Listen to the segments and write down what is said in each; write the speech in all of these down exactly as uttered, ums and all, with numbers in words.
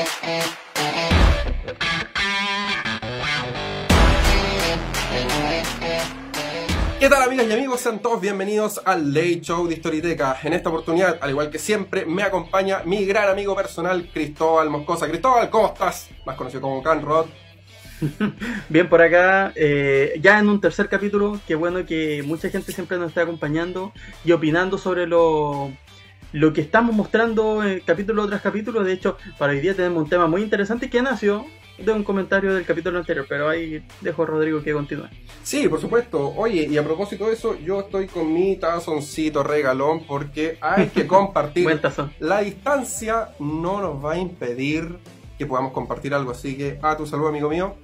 ¿Qué tal, amigas y amigos? Sean todos bienvenidos al Late Show de Historiteca. En esta oportunidad, al igual que siempre, me acompaña mi gran amigo personal, Cristóbal Moscosa. Cristóbal, ¿cómo estás? Más conocido como Canrod. Bien por acá, eh, ya en un tercer capítulo. Qué bueno que mucha gente siempre nos está acompañando y opinando sobre lo, lo que estamos mostrando eh, capítulo tras capítulo. De hecho, para hoy día tenemos un tema muy interesante que nació de un comentario del capítulo anterior, pero ahí dejo a Rodrigo que continúe. Sí, por supuesto. Oye, y a propósito de eso, yo estoy con mi tazoncito regalón porque hay que compartir. Buen tazón. La distancia no nos va a impedir que podamos compartir algo, así que a tu salud, amigo mío.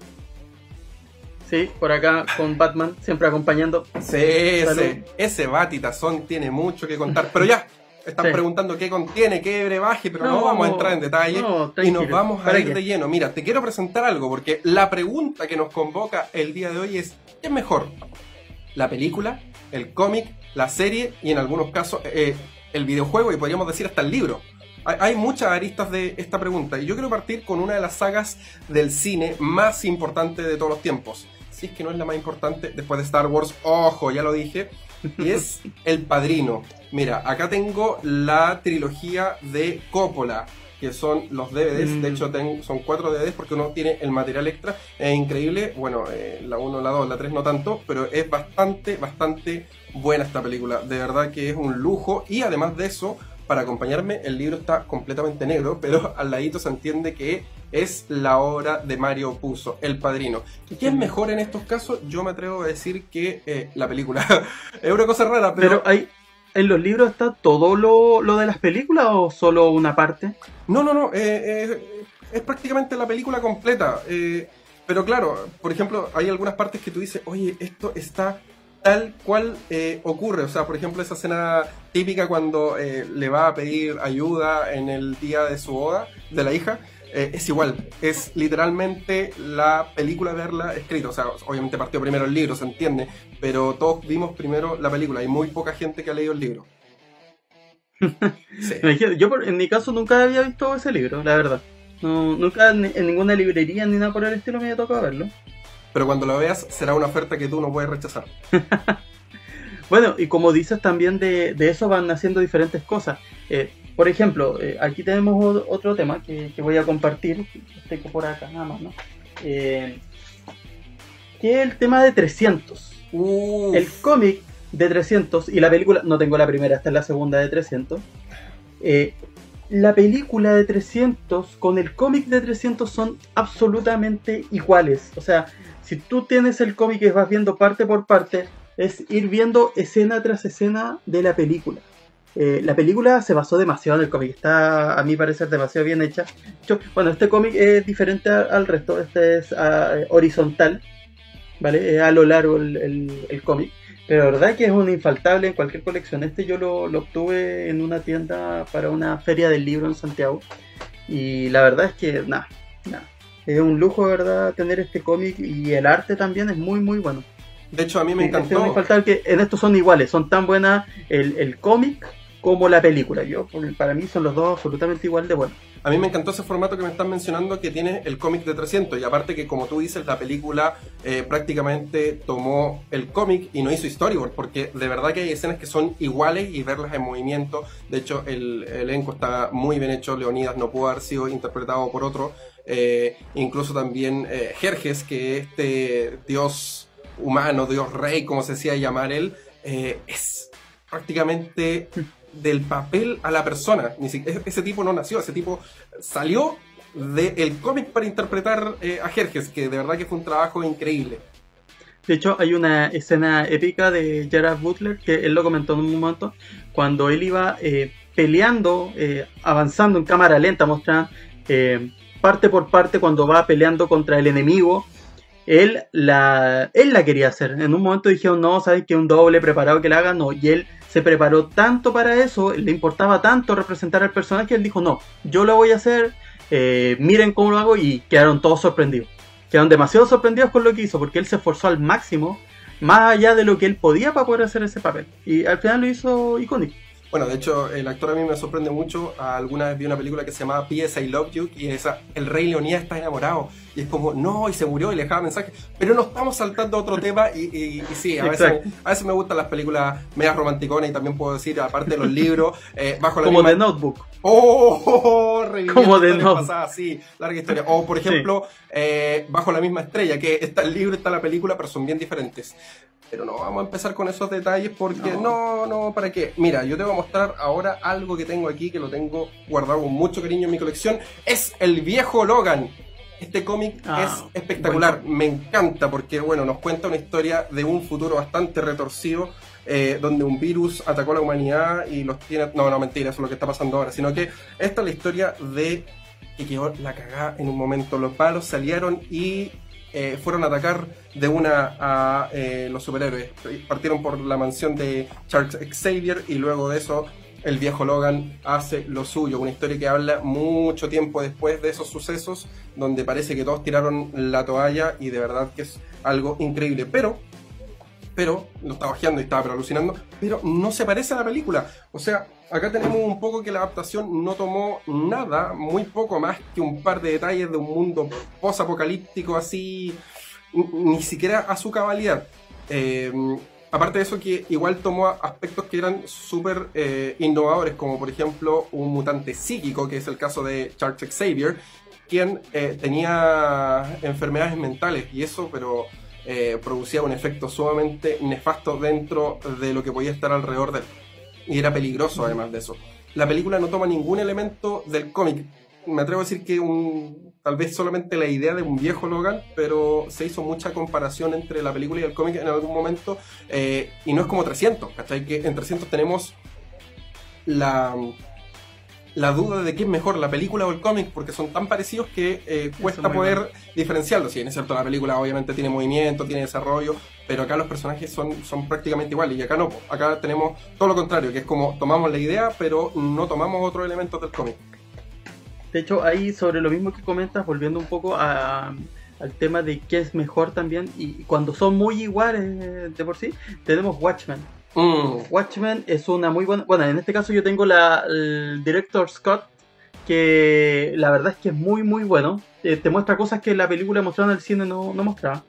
Sí, por acá con Batman, siempre acompañando. Sí, ese, ese batitazón tiene mucho que contar, pero ya. Están sí. preguntando qué contiene, qué brebaje, pero no, no vamos a entrar en detalle no, y nos vamos a ir qué? de lleno. Mira, te quiero presentar algo porque la pregunta que nos convoca el día de hoy es ¿qué es mejor? ¿La película, el cómic, la serie y en algunos casos eh, el videojuego y podríamos decir hasta el libro? Hay, hay muchas aristas de esta pregunta y yo quiero partir con una de las sagas del cine más importante de todos los tiempos. Si es que no es la más importante después de Star Wars, ojo, ya lo dije, y es El Padrino. Mira, acá tengo la trilogía de Coppola, que son los D V Ds, mm. de hecho ten, son cuatro D V Ds porque uno tiene el material extra, es increíble, bueno, eh, la uno, la dos, la tres no tanto, pero es bastante, bastante buena esta película, de verdad que es un lujo y además de eso, para acompañarme, el libro está completamente negro, pero al ladito se entiende que es la obra de Mario Puzo, El Padrino. ¿Qué es mejor en estos casos? Yo me atrevo a decir que eh, la película. Es una cosa rara, pero... Pero hay... ¿En los libros está todo lo, lo de las películas o solo una parte? No, no, no. Eh, eh, es prácticamente la película completa. Eh, pero claro, por ejemplo, hay algunas partes que tú dices, oye, esto está tal cual eh, ocurre. O sea, por ejemplo, esa escena típica cuando eh, le va a pedir ayuda en el día de su boda, de la hija. Eh, es igual, es literalmente la película verla escrita, o sea, obviamente partió primero el libro, se entiende, pero todos vimos primero la película, hay muy poca gente que ha leído el libro. Sí. Yo en mi caso nunca había visto ese libro, la verdad, no, nunca en, en ninguna librería ni nada por el estilo me había tocado verlo. Pero cuando lo veas será una oferta que tú no puedes rechazar. Bueno, y como dices también de, de eso van haciendo diferentes cosas. Eh, por ejemplo, eh, aquí tenemos otro tema que, que voy a compartir. Tengo por acá nada más, ¿no? Eh, que es el tema de trescientos. Uf. El cómic de trescientos y la película, no tengo la primera, esta es la segunda de trescientos. Eh, la película de trescientos con el cómic de trescientos son absolutamente iguales. O sea, si tú tienes el cómic y vas viendo parte por parte, es ir viendo escena tras escena de la película. Eh, la película se basó demasiado en el cómic, está a mi parecer demasiado bien hecha. Yo, bueno, este cómic es diferente a, al resto, este es uh, horizontal, ¿vale? Es a lo largo el, el, el cómic, pero la verdad que es un infaltable en cualquier colección. Este yo lo, lo obtuve en una tienda para una feria del libro en Santiago y la verdad es que nada, nada. Es un lujo, ¿verdad?, tener este cómic y el arte también es muy muy bueno. De hecho, a mí me encantó. Este es un infaltable que en estos son iguales, son tan buenas el, el cómic como la película. Yo, para mí son los dos absolutamente igual de buenos. A mí me encantó ese formato que me están mencionando que tiene el cómic de trescientos y aparte que, como tú dices, la película eh, prácticamente tomó el cómic y no hizo storyboard, porque de verdad que hay escenas que son iguales y verlas en movimiento. De hecho, el, el elenco está muy bien hecho. Leonidas no pudo haber sido interpretado por otro. Eh, incluso también eh, Jerjes, que este dios humano, dios rey, como se decía llamar él, eh, es prácticamente del papel a la persona. Ese tipo no nació, ese tipo salió del cómic para interpretar eh, a Jerjes, que de verdad que fue un trabajo increíble. De hecho, hay una escena épica de Gerard Butler, que él lo comentó en un momento, cuando él iba eh, peleando, eh, avanzando en cámara lenta, mostraban eh, parte por parte cuando va peleando contra el enemigo. Él la, él la quería hacer. En un momento dijeron, no, ¿sabes que un doble preparado que la haga? No, y él se preparó tanto para eso, le importaba tanto representar al personaje, él dijo, no, yo lo voy a hacer, eh, miren cómo lo hago, y quedaron todos sorprendidos. Quedaron demasiado sorprendidos con lo que hizo, porque él se esforzó al máximo, más allá de lo que él podía para poder hacer ese papel. Y al final lo hizo icónico. Bueno, de hecho, el actor a mí me sorprende mucho. Alguna vez vi una película que se llamaba P S I Love You, y esa, el rey Leonía está enamorado. Y es como, no, y se murió y le dejaba mensajes. Pero no estamos saltando a otro tema. Y, y, y sí, a veces, a veces me gustan las películas medias romanticonas, y también puedo decir, aparte de los libros, eh, bajo la como misma... The Notebook. ¡Oh! oh, oh reviviendo como The Notebook. Pasada, sí, larga historia. O, por ejemplo, sí. eh, Bajo la misma estrella, que está el libro, está la película, pero son bien diferentes. Pero no vamos a empezar con esos detalles porque no, no, no, ¿para qué? Mira, yo te voy a mostrar ahora algo que tengo aquí, que lo tengo guardado con mucho cariño en mi colección. Es el viejo Logan. Este cómic ah, es espectacular, bueno. Me encanta porque, bueno, nos cuenta una historia de un futuro bastante retorcido, eh, donde un virus atacó a la humanidad y los tiene... No, no, mentira, eso es lo que está pasando ahora, sino que esta es la historia de que quedó la cagada en un momento. Los malos salieron y... Eh, fueron a atacar de una a eh, los superhéroes. Partieron por la mansión de Charles Xavier y luego de eso el viejo Logan hace lo suyo. Una historia que habla mucho tiempo después de esos sucesos, donde parece que todos tiraron la toalla y de verdad que es algo increíble. Pero, pero, lo estaba ojeando y estaba pero alucinando, pero no se parece a la película. O sea, acá tenemos un poco que la adaptación no tomó nada, muy poco más que un par de detalles de un mundo post-apocalíptico así, ni siquiera a su cabalidad. Eh, aparte de eso, que igual tomó aspectos que eran súper eh, innovadores, como por ejemplo un mutante psíquico, que es el caso de Charles Xavier, quien eh, tenía enfermedades mentales, y eso, pero... Eh, producía un efecto sumamente nefasto dentro de lo que podía estar alrededor de él. Y era peligroso además de eso. La película no toma ningún elemento del cómic. Me atrevo a decir que un, tal vez solamente la idea de un viejo Logan, pero se hizo mucha comparación entre la película y el cómic en algún momento. Eh, y no es como trescientos, ¿cachai? Que en trescientos tenemos la... la duda de qué es mejor, la película o el cómic, porque son tan parecidos que eh, cuesta poder bueno. diferenciarlos. Si bien es cierto, la película obviamente tiene movimiento, tiene desarrollo, pero acá los personajes son, son prácticamente iguales, y acá no, acá tenemos todo lo contrario, que es como tomamos la idea, pero no tomamos otros elementos del cómic. De hecho, ahí sobre lo mismo que comentas, volviendo un poco a, al tema de qué es mejor también, y cuando son muy iguales de por sí, tenemos Watchmen. Mm. Watchmen es una muy buena... Bueno, en este caso yo tengo la, el Director's Cut, que la verdad es que es muy muy bueno. Eh, te muestra cosas que la película mostrada en el cine no, no mostraba.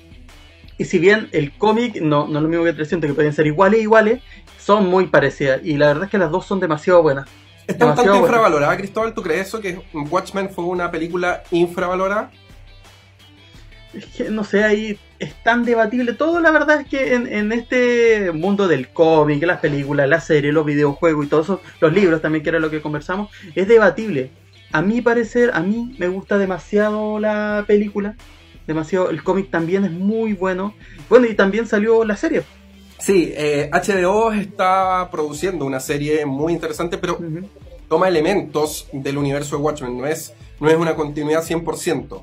Y si bien el cómic no, no es lo mismo que trescientos, que pueden ser iguales iguales, son muy parecidas. Y la verdad es que las dos son demasiado buenas. ¿Está bastante infravalorada, Cristóbal? ¿Tú crees eso? ¿Que Watchmen fue una película infravalorada? Es que no sé, ahí es tan debatible todo. La verdad es que en, en este mundo del cómic, las películas, las series, los videojuegos y todo eso, los libros también, que era lo que conversamos, es debatible. A mi parecer, a mí me gusta demasiado la película, demasiado. El cómic también es muy bueno. Bueno, y también salió la serie. Sí, eh, H B O está produciendo una serie muy interesante, pero uh-huh. toma elementos del universo de Watchmen, no es, no es una continuidad cien por ciento.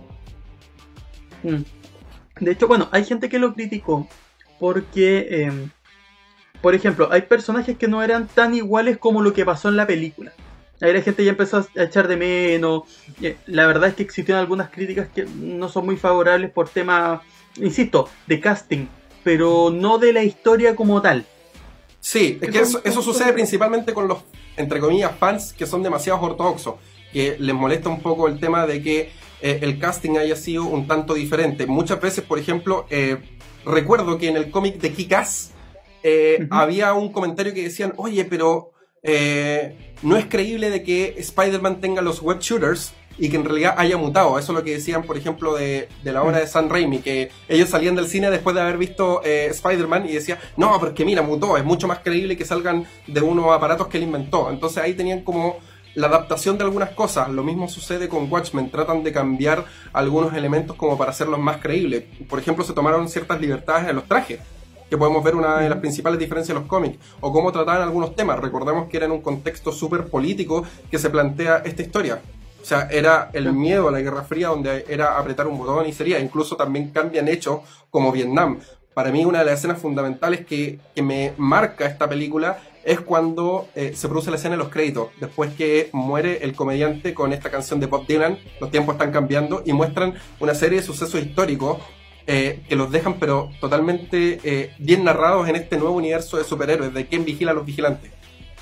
De hecho, bueno, hay gente que lo criticó porque, eh, por ejemplo, hay personajes que no eran tan iguales como lo que pasó en la película. Ahí la gente ya empezó a echar de menos. La verdad es que existieron algunas críticas que no son muy favorables por temas, insisto, de casting, pero no de la historia como tal. Sí, es que eso, eso sucede principalmente con los, entre comillas, fans que son demasiado ortodoxos, que les molesta un poco el tema de que eh, el casting haya sido un tanto diferente. Muchas veces, por ejemplo, eh, recuerdo que en el cómic de Kick-Ass eh, uh-huh. había un comentario que decían, oye, pero eh, no es creíble de que Spider-Man tenga los web shooters y que en realidad haya mutado. Eso es lo que decían, por ejemplo, de, de la obra de Sam Raimi, que ellos salían del cine después de haber visto eh, Spider-Man y decían, no, pero es que mira, mutó, es mucho más creíble que salgan de unos aparatos que él inventó. Entonces ahí tenían como la adaptación de algunas cosas. Lo mismo sucede con Watchmen, tratan de cambiar algunos elementos como para hacerlos más creíbles. Por ejemplo, se tomaron ciertas libertades en los trajes, que podemos ver una de las principales diferencias de los cómics, o cómo trataban algunos temas. Recordemos que era en un contexto súper político que se plantea esta historia. O sea, era el miedo a la Guerra Fría, donde era apretar un botón y sería. Incluso también cambian hechos como Vietnam. Para mí, una de las escenas fundamentales que, que me marca esta película es cuando eh, se produce la escena de los créditos, después que muere el comediante con esta canción de Bob Dylan. Los tiempos están cambiando y muestran una serie de sucesos históricos eh, que los dejan pero totalmente eh, bien narrados en este nuevo universo de superhéroes, de quién vigila a los vigilantes.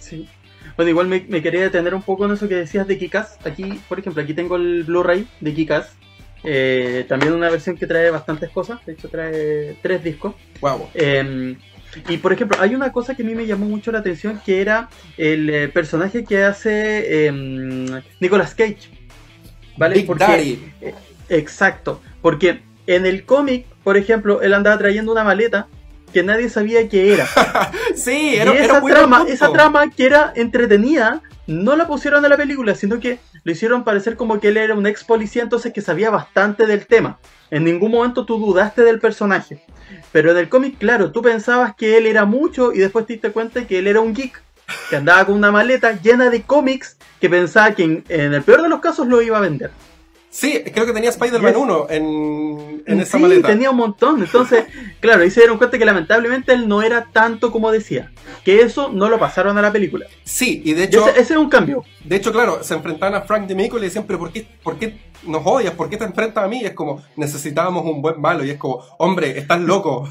Sí. Bueno, igual me, me quería detener un poco en eso que decías de Kick-Ass. Aquí, por ejemplo, aquí tengo el Blu-ray de Kick-Ass. Eh, también una versión que trae bastantes cosas. De hecho, trae tres discos. Wow. Eh, y, por ejemplo, hay una cosa que a mí me llamó mucho la atención, que era el eh, personaje que hace eh, Nicolas Cage. ¿Vale? Big Porque, Daddy. Eh, exacto. Porque en el cómic, por ejemplo, él andaba trayendo una maleta que nadie sabía qué era. Sí, era, y esa, era muy trama, esa trama que era entretenida, no la pusieron en la película, sino que lo hicieron parecer como que él era un ex policía, entonces que sabía bastante del tema. En ningún momento tú dudaste del personaje. Pero en el cómic, claro, tú pensabas que él era mucho y después te diste cuenta que él era un geek, que andaba con una maleta llena de cómics que pensaba que en, en el peor de los casos lo iba a vender. Sí, creo que tenía Spider-Man uno en, en esa sí, maleta. Sí, tenía un montón. Entonces, claro, ahí se dieron cuenta que lamentablemente él no era tanto como decía. Que eso no lo pasaron a la película. Sí, y de hecho... Y ese, ese es un cambio. De hecho, claro, se enfrentaban a Frank DeMico y le decían, pero ¿por qué, ¿por qué nos odias? ¿Por qué te enfrentas a mí? Y es como, necesitábamos un buen malo. Y es como, hombre, estás loco.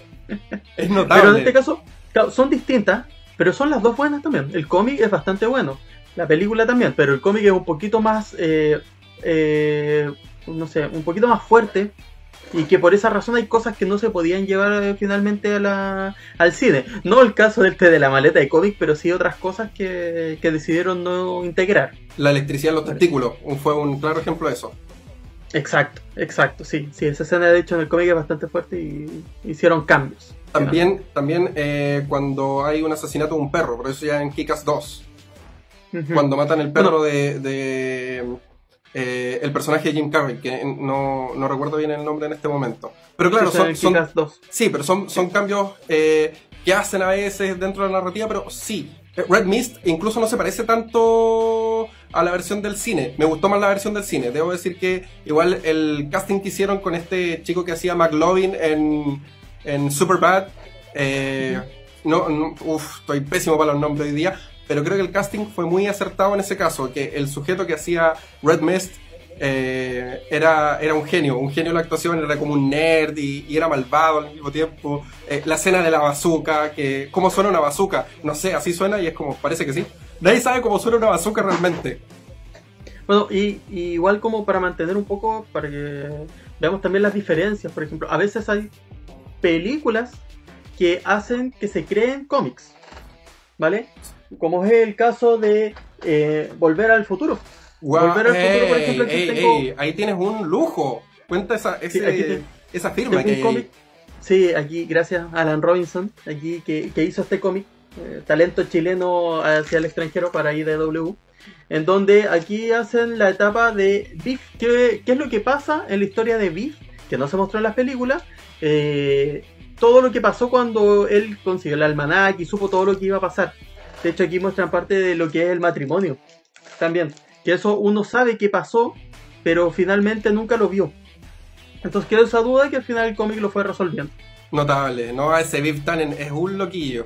Es notable. Pero en este caso, claro, son distintas, pero son las dos buenas también. El cómic es bastante bueno. La película también, pero el cómic es un poquito más... Eh, Eh, no sé, un poquito más fuerte, y que por esa razón hay cosas que no se podían llevar eh, finalmente a la, al cine. No el caso del té de la maleta de cómic, pero sí otras cosas que, que decidieron no integrar. La electricidad en los testículos fue un claro ejemplo de eso. Exacto, exacto, sí, sí, esa escena de hecho en el cómic es bastante fuerte y hicieron cambios. También, también eh, cuando hay un asesinato de un perro, por eso ya en Kick-Ass dos, uh-huh. Cuando matan el perro bueno. de... de Eh, el personaje de Jim Carrey, que no, no recuerdo bien el nombre en este momento. Pero claro, son, son, sí, pero son, son cambios eh, que hacen a veces dentro de la narrativa, pero sí. Red Mist incluso no se parece tanto a la versión del cine. Me gustó más la versión del cine. Debo decir que igual el casting que hicieron con este chico que hacía McLovin en, en Superbad, eh, no, no, uf, estoy pésimo para los nombres hoy día. Pero creo que el casting fue muy acertado en ese caso, que el sujeto que hacía Red Mist eh, era, era un genio, un genio de la actuación, era como un nerd y, y era malvado al mismo tiempo. Eh, la escena de la bazooka, que ¿cómo suena una bazooka? No sé, así suena y es como, parece que sí. Nadie sabe cómo suena una bazooka realmente. Bueno, y, y igual como para mantener un poco, para que veamos también las diferencias, por ejemplo, a veces hay películas que hacen que se creen cómics, ¿vale? Como es el caso de eh, Volver al Futuro. Wow, Volver al hey, Futuro, por ejemplo, aquí hey, tengo... hey, ahí tienes un lujo. Cuenta esa, ese, sí, te... esa firma que hay ahí. Sí, aquí gracias a Alan Robinson, aquí que, que hizo este cómic, eh, talento chileno hacia el extranjero para I D W, en donde aquí hacen la etapa de Biff. ¿Qué, qué es lo que pasa en la historia de Biff? Que no se mostró en las películas. Eh, todo lo que pasó cuando él consiguió el almanaque y supo todo lo que iba a pasar. De hecho, aquí muestran parte de lo que es el matrimonio también. Que eso uno sabe que pasó, pero finalmente nunca lo vio. Entonces quedó esa duda que al final el cómic lo fue resolviendo. Notable, ¿no? Ese Biff Tannen es un loquillo.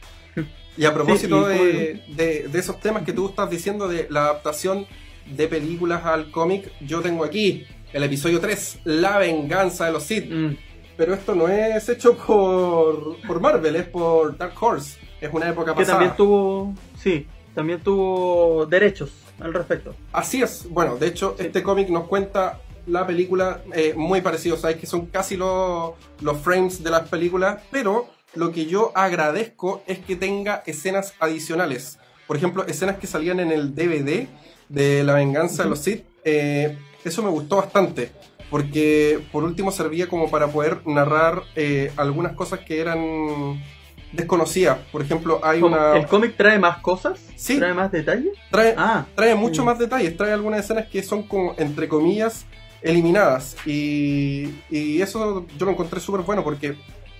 Y a propósito sí, y de, de, de esos temas que tú estás diciendo de la adaptación de películas al cómic, yo tengo aquí el episodio tres, La venganza de los Sith. Mm. Pero esto no es hecho por, por Marvel, es por Dark Horse. Es una época que pasada. Que también tuvo, sí, también tuvo derechos al respecto. Así es. Bueno, de hecho, sí. Este cómic nos cuenta la película eh, muy parecido. Sabes que son casi los, los frames de las películas, pero lo que yo agradezco es que tenga escenas adicionales. Por ejemplo, escenas que salían en el D V D de La venganza uh-huh. de los Sith. Eh, eso me gustó bastante. Porque por último servía como para poder narrar eh, algunas cosas que eran desconocidas. Por ejemplo, hay una... ¿El cómic trae más cosas? Sí. ¿Trae más detalles? Trae, ah, trae mucho sí. más detalles. Trae algunas escenas que son como, entre comillas, eliminadas. Y, y eso yo lo encontré súper bueno porque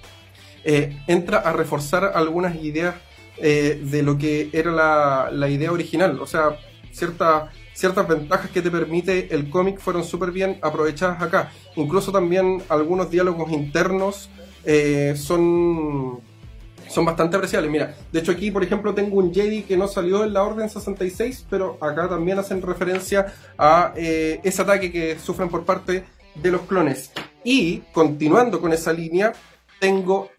eh, entra a reforzar algunas ideas eh, de lo que era la, la idea original. O sea, cierta... ciertas ventajas que te permite el cómic fueron súper bien aprovechadas acá. Incluso también algunos diálogos internos eh, son, son bastante apreciables. Mira, de hecho aquí, por ejemplo, tengo un Jedi que no salió en la Orden sesenta y seis, pero acá también hacen referencia a eh, ese ataque que sufren por parte de los clones. Y, continuando con esa línea, tengo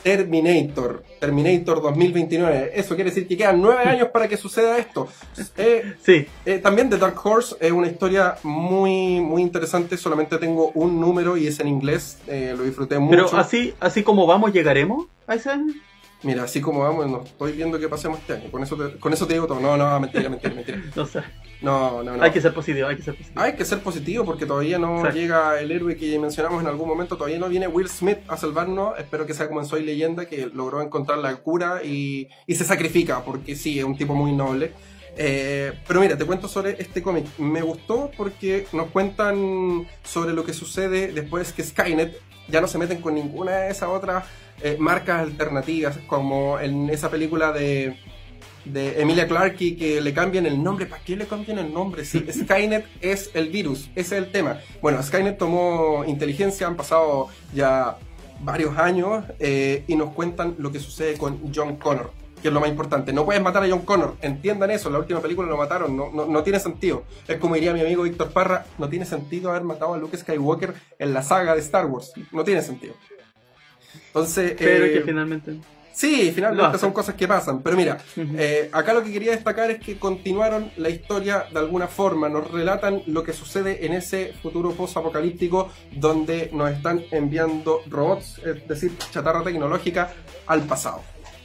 Terminator. Terminator dos mil veintinueve. Eso quiere decir que quedan nueve años para que suceda esto. Eh, sí. Eh, también The Dark Horse es una historia muy, muy interesante. Solamente tengo un número y es en inglés. Eh, lo disfruté mucho. Pero así, así como vamos, ¿llegaremos a ese año? Mira, así como vamos, no estoy viendo que pasemos este año. Con eso te, con eso te digo todo. No, no, mentira, mentira, mentira. No sé. No, no, no. Hay que ser positivo, hay que ser positivo. Hay que ser positivo porque todavía no Exacto. llega el héroe que mencionamos en algún momento. Todavía no viene Will Smith a salvarnos. Espero que sea como en Soy Leyenda, que logró encontrar la cura y, y se sacrifica porque sí, es un tipo muy noble. Eh, pero mira, te cuento sobre este cómic. Me gustó porque nos cuentan sobre lo que sucede después que Skynet ya no se meten con ninguna de esas otras eh, marcas alternativas, como en esa película de, de Emilia Clarke, que le cambian el nombre. ¿Para qué le cambian el nombre? Sí, Skynet es el virus, ese es el tema. Bueno, Skynet tomó inteligencia, han pasado ya varios años eh, y nos cuentan lo que sucede con John Connor, que es lo más importante. No puedes matar a John Connor, entiendan eso. En la última película lo mataron, no, no, no tiene sentido. Es como diría mi amigo Víctor Parra, no tiene sentido haber matado a Luke Skywalker en la saga de Star Wars, no tiene sentido. Entonces, pero eh, que finalmente sí, finalmente son cosas que pasan. Pero mira, uh-huh. eh, acá lo que quería destacar es que continuaron la historia de alguna forma. Nos relatan lo que sucede en ese futuro post-apocalíptico donde nos están enviando robots, es decir, chatarra tecnológica, al pasado.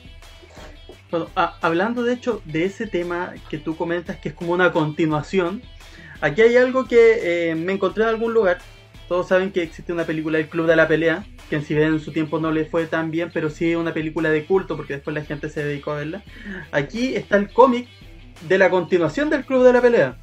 Bueno, a, hablando de hecho de ese tema que tú comentas, que es como una continuación, aquí hay algo que eh, me encontré en algún lugar. Todos saben que existe una película, El Club de la Pelea, que en si bien en su tiempo no le fue tan bien, pero sí una película de culto, porque después la gente se dedicó a verla. Aquí está el cómic de la continuación del Club de la Pelea.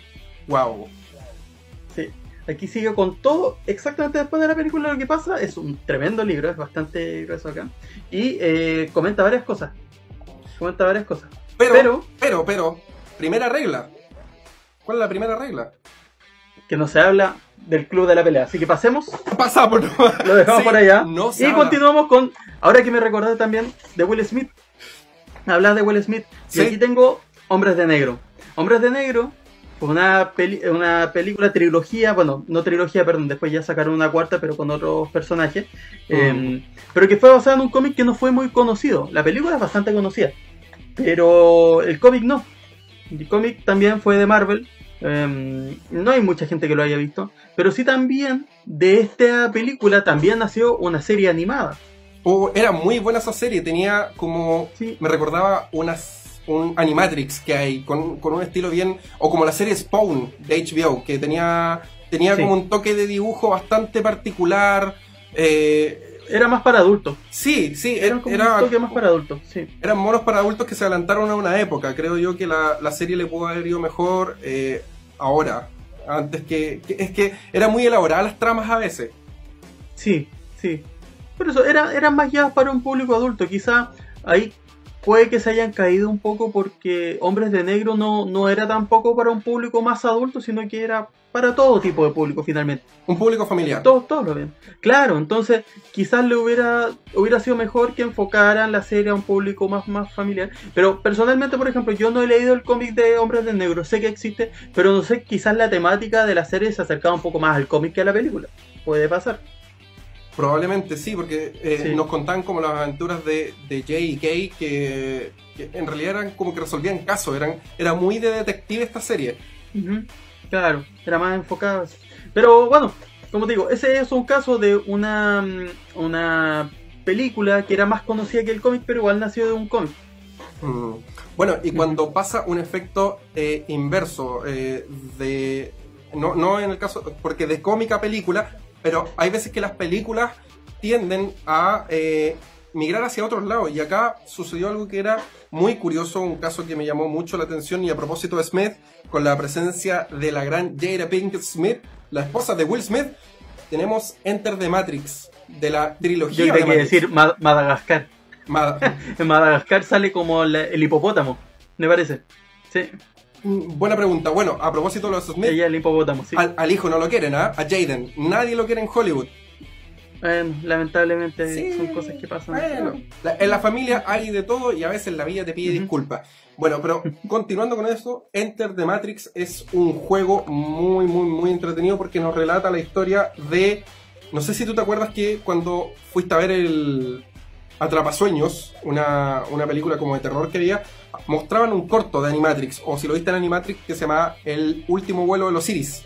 Wow. Sí, aquí sigue con todo exactamente después de la película lo que pasa. Es un tremendo libro, es bastante grueso acá. Y eh, comenta varias cosas. Comenta varias cosas. Pero, pero, pero, pero, primera regla. ¿Cuál es la primera regla? Que no se habla del Club de la Pelea. Así que pasemos. Pasamos. Lo dejamos sí, por allá. No y habla. Continuamos con, ahora que me recordé también de Will Smith. Hablar de Will Smith. ¿Sí? Y aquí tengo Hombres de Negro. Hombres de Negro, una, peli una película, trilogía, bueno, no trilogía, perdón, después ya sacaron una cuarta, pero con otros personajes. Mm. Eh, pero que fue basada en un cómic que no fue muy conocido. La película es bastante conocida, pero el cómic no. El cómic también fue de Marvel. Um, no hay mucha gente que lo haya visto, pero sí también de esta película también nació una serie animada. Oh, era muy buena esa serie, tenía como, sí. me recordaba unas, un Animatrix que hay, con, con un estilo bien, o como la serie Spawn de H B O, que tenía, tenía sí. como un toque de dibujo bastante particular. Eh, Era más para adultos. Sí, sí, era, como era un toque más para adultos, sí. Eran monos para adultos que se adelantaron a una época. Creo yo que la, la serie le pudo haber ido mejor eh, ahora. Antes que, que... Es que era muy elaborada las tramas a veces. Sí, sí. Pero eso, era, eran más guiadas para un público adulto. Quizá ahí puede que se hayan caído un poco porque Hombres de Negro no, no era tampoco para un público más adulto, sino que era para todo tipo de público finalmente. Un público familiar. Todos todo lo ven. Claro, entonces quizás le hubiera hubiera sido mejor que enfocaran la serie a un público más, más familiar. Pero personalmente, por ejemplo, yo no he leído el cómic de Hombres de Negro, sé que existe, pero no sé, quizás la temática de la serie se acercaba un poco más al cómic que a la película. Puede pasar. Probablemente sí, porque eh, sí. nos contaban como las aventuras de, de Jay y Kay, que, que en realidad eran como que resolvían casos, eran, era muy de detective esta serie. Uh-huh. Claro, era más enfocada. Pero bueno, como te digo, ese es un caso de una, una película que era más conocida que el cómic, pero igual nació de un cómic. Mm. Bueno, y cuando pasa un efecto eh, inverso, eh, de no, no en el caso, porque de cómic a película, pero hay veces que las películas tienden a eh, migrar hacia otros lados, y acá sucedió algo que era muy curioso, un caso que me llamó mucho la atención, y a propósito de Smith, con la presencia de la gran Jada Pinkett Smith, la esposa de Will Smith, tenemos Enter the Matrix, de la trilogía. Yo de quería decir Mad Madagascar. Mad en Madagascar sale como la, el hipopótamo, me parece. Sí. Buena pregunta. Bueno, a propósito de los Smith, ella el hipopótamo, sí. al, al hijo no lo quieren, ¿ah? ¿eh? A Jaden. Nadie lo quiere en Hollywood. Bueno, lamentablemente sí, son cosas que pasan. Bueno, la, en la familia hay de todo y a veces la vida te pide uh-huh. disculpas. Bueno, pero continuando con eso, Enter the Matrix es un juego muy, muy, muy entretenido porque nos relata la historia de... No sé si tú te acuerdas que cuando fuiste a ver el, Atrapasueños, una, una película como de terror que había, mostraban un corto de Animatrix, o si lo viste en Animatrix, que se llamaba El último vuelo de los Osiris.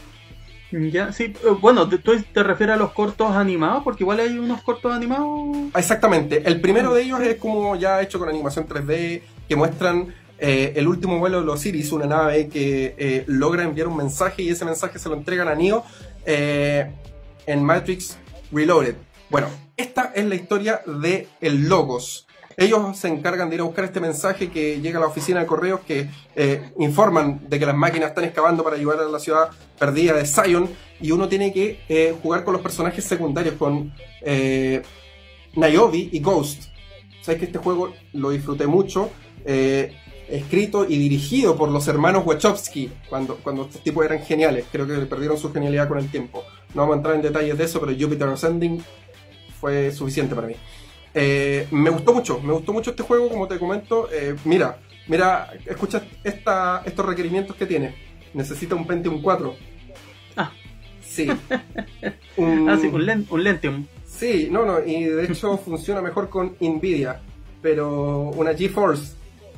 Ya, sí, bueno, ¿tú te refieres a los cortos animados? Porque igual hay unos cortos animados... Exactamente, el primero de ellos es como ya hecho con animación tres D, que muestran eh, el último vuelo de los Osiris, una nave que eh, logra enviar un mensaje y ese mensaje se lo entregan a Neo eh, en Matrix Reloaded. Bueno, esta es la historia de el Logos. Ellos se encargan de ir a buscar este mensaje que llega a la oficina de correos que eh, informan de que las máquinas están excavando para ayudar a la ciudad perdida de Zion, y uno tiene que eh, jugar con los personajes secundarios, con eh, Niobe y Ghost. Sabes que este juego lo disfruté mucho, eh, escrito y dirigido por los hermanos Wachowski, cuando, cuando estos tipos eran geniales. Creo que perdieron su genialidad con el tiempo. No vamos a entrar en detalles de eso, pero Jupiter Ascending fue suficiente para mí. Eh, me gustó mucho, me gustó mucho este juego, como te comento. Eh, mira, mira, escucha esta, estos requerimientos que tiene. Necesita un Pentium cuatro. Ah. Sí. un, ah, sí, un, Len un Lentium. Sí, no, no, y de hecho funciona mejor con Nvidia, pero una GeForce.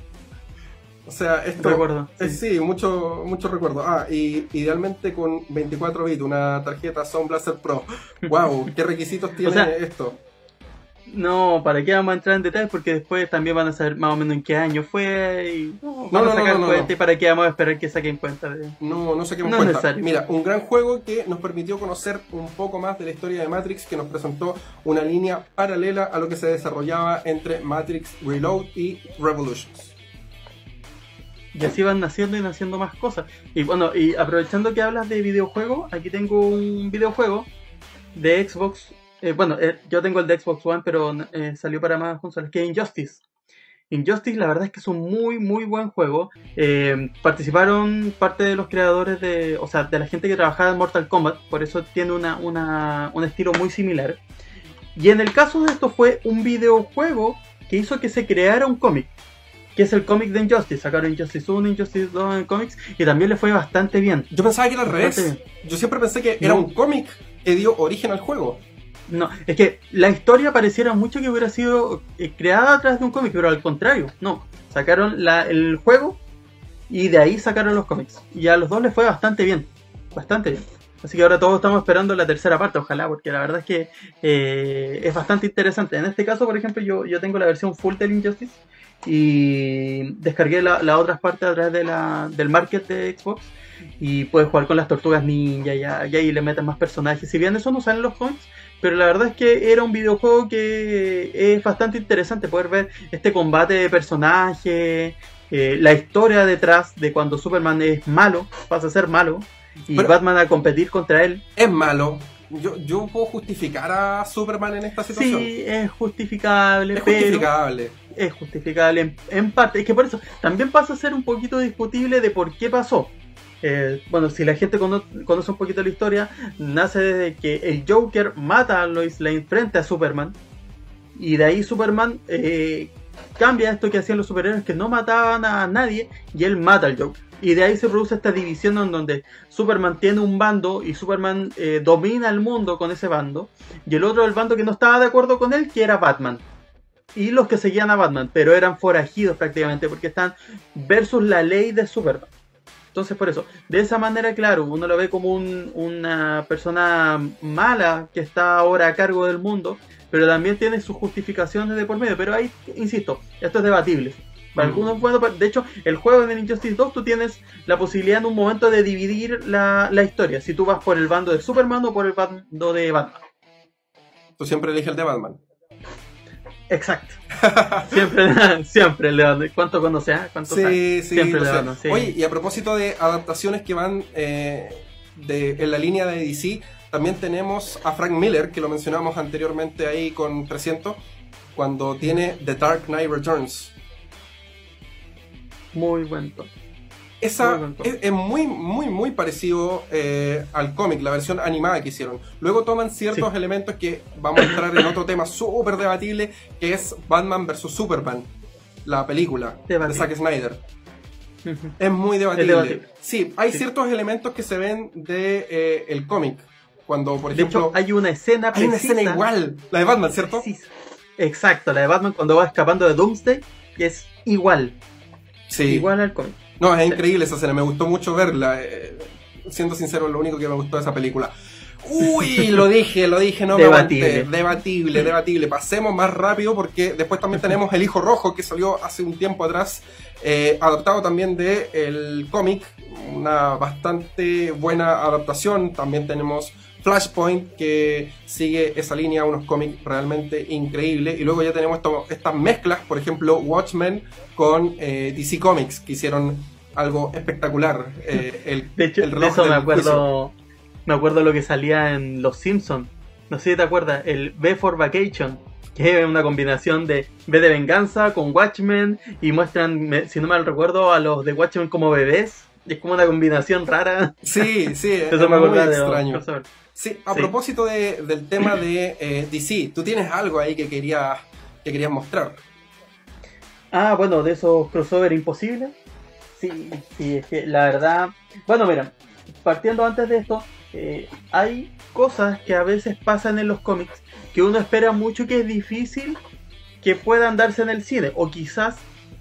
O sea, esto... Recuerdo. Sí, sí mucho, mucho recuerdo. Ah, y idealmente con veinticuatro bits, una tarjeta Sound Blaster Pro. ¡Wow! ¿Qué requisitos tiene o sea, esto? No, ¿para qué vamos a entrar en detalles? Porque después también van a saber más o menos en qué año fue y no, van no, a sacar no, no, cuenta no. y para qué vamos a esperar que saquen cuenta de... No, no saquemos no cuenta. Es necesario. Mira, un gran juego que nos permitió conocer un poco más de la historia de Matrix, que nos presentó una línea paralela a lo que se desarrollaba entre Matrix Reload y Revolutions. Y así van naciendo y naciendo más cosas. Y bueno, y aprovechando que hablas de videojuegos, aquí tengo un videojuego de Xbox. Eh, bueno, eh, yo tengo el de Xbox One, pero eh, salió para más consolas, que es Injustice. Injustice, la verdad es que es un muy, muy buen juego. Eh, participaron parte de los creadores de, o sea, de la gente que trabajaba en Mortal Kombat, por eso tiene una, una, un estilo muy similar. Y en el caso de esto fue un videojuego que hizo que se creara un cómic, que es el cómic de Injustice. Sacaron Injustice uno, Injustice dos en cómics y también le fue bastante bien. Yo pensaba que era al revés. Yo siempre pensé que era no. un cómic que dio origen al juego. No, es que la historia pareciera mucho que hubiera sido eh, creada a través de un cómic, pero al contrario, no. Sacaron la, el juego y de ahí sacaron los cómics. Y a los dos les fue bastante bien, bastante bien. Así que ahora todos estamos esperando la tercera parte, ojalá, porque la verdad es que eh, es bastante interesante. En este caso, por ejemplo, yo, yo tengo la versión full del Injustice y descargué las la otras partes a través de la, del market de Xbox y puedes jugar con las tortugas ninja y ahí le metes más personajes. Si bien eso no sale en los cómics, pero la verdad es que era un videojuego que es bastante interesante poder ver este combate de personajes, eh, la historia detrás de cuando Superman es malo, pasa a ser malo, y pero Batman a competir contra él. Es malo. Yo, yo puedo justificar a Superman en esta situación. Sí, es justificable. Es pero justificable. Es justificable en, en parte. Es que por eso también pasa a ser un poquito discutible de por qué pasó. Eh, bueno, si la gente cono conoce un poquito la historia, nace desde que el Joker mata a Lois Lane frente a Superman. Y de ahí Superman eh, cambia esto que hacían los superhéroes, que no mataban a nadie, y él mata al Joker. Y de ahí se produce esta división en donde Superman tiene un bando y Superman eh, domina el mundo con ese bando. Y el otro, el bando que no estaba de acuerdo con él, que era Batman. Y los que seguían a Batman, pero eran forajidos prácticamente, porque están versus la ley de Superman. Entonces por eso, de esa manera, claro, uno lo ve como un, una persona mala que está ahora a cargo del mundo, pero también tiene sus justificaciones de por medio. Pero ahí, insisto, esto es debatible. Para mm. algunos, bueno, de hecho, el juego de Injustice dos, tú tienes la posibilidad en un momento de dividir la, la historia, si tú vas por el bando de Superman o por el bando de Batman. Tú siempre eliges el de Batman. Exacto. Siempre, siempre el de Batman. ¿Cuánto conoce? ¿Cuánto sí, sabe? sí, siempre el de Batman, sí. Oye, y a propósito de adaptaciones que van eh, de, en la línea de D C, también tenemos a Frank Miller, que lo mencionamos anteriormente ahí con trescientos, cuando tiene The Dark Knight Returns. Muy buen top. Esa muy es, es muy, muy, muy parecido eh, al cómic, la versión animada que hicieron. Luego toman ciertos sí. elementos que vamos a entrar en otro tema súper debatible, que es Batman versus Superman, la película debatible. de Zack Snyder. Uh-huh. Es muy debatible. Es debatible. Sí, hay sí. ciertos elementos que se ven de eh, el cómic. Cuando, por ejemplo, de hecho, hay una escena precisa. Hay una escena igual, la de Batman, ¿cierto? Precisa. Exacto, la de Batman cuando va escapando de Doomsday, que es igual. Sí. Igual al cómic. No, es sí. increíble esa escena, me gustó mucho verla. Eh, siendo sincero, lo único que me gustó de esa película. Uy, lo dije, lo dije, no debatible. me aguanté. Debatible, debatible. Pasemos más rápido porque después también tenemos El Hijo Rojo, que salió hace un tiempo atrás, eh, adaptado también de el cómic, una bastante buena adaptación. También tenemos Flashpoint, que sigue esa línea, unos cómics realmente increíbles. Y luego ya tenemos esto, estas mezclas, por ejemplo, Watchmen con eh, D C Comics, que hicieron algo espectacular. Eh, el, de hecho, el de eso me acuerdo, juicio. me acuerdo lo que salía en Los Simpsons. No sé si te acuerdas, el V for Vacation, que es una combinación de V de venganza con Watchmen, y muestran, si no mal recuerdo, a los de Watchmen como bebés. Es como una combinación rara. Sí, sí, es eso me muy de extraño. De sí, a sí. propósito de, del tema de eh, D C, tú tienes algo ahí que querías, que querías mostrar. Ah, bueno, de esos crossover imposibles. Sí, sí, es que la verdad... Bueno, mira, partiendo antes de esto, eh, hay cosas que a veces pasan en los cómics que uno espera mucho, que es difícil que puedan darse en el cine. O quizás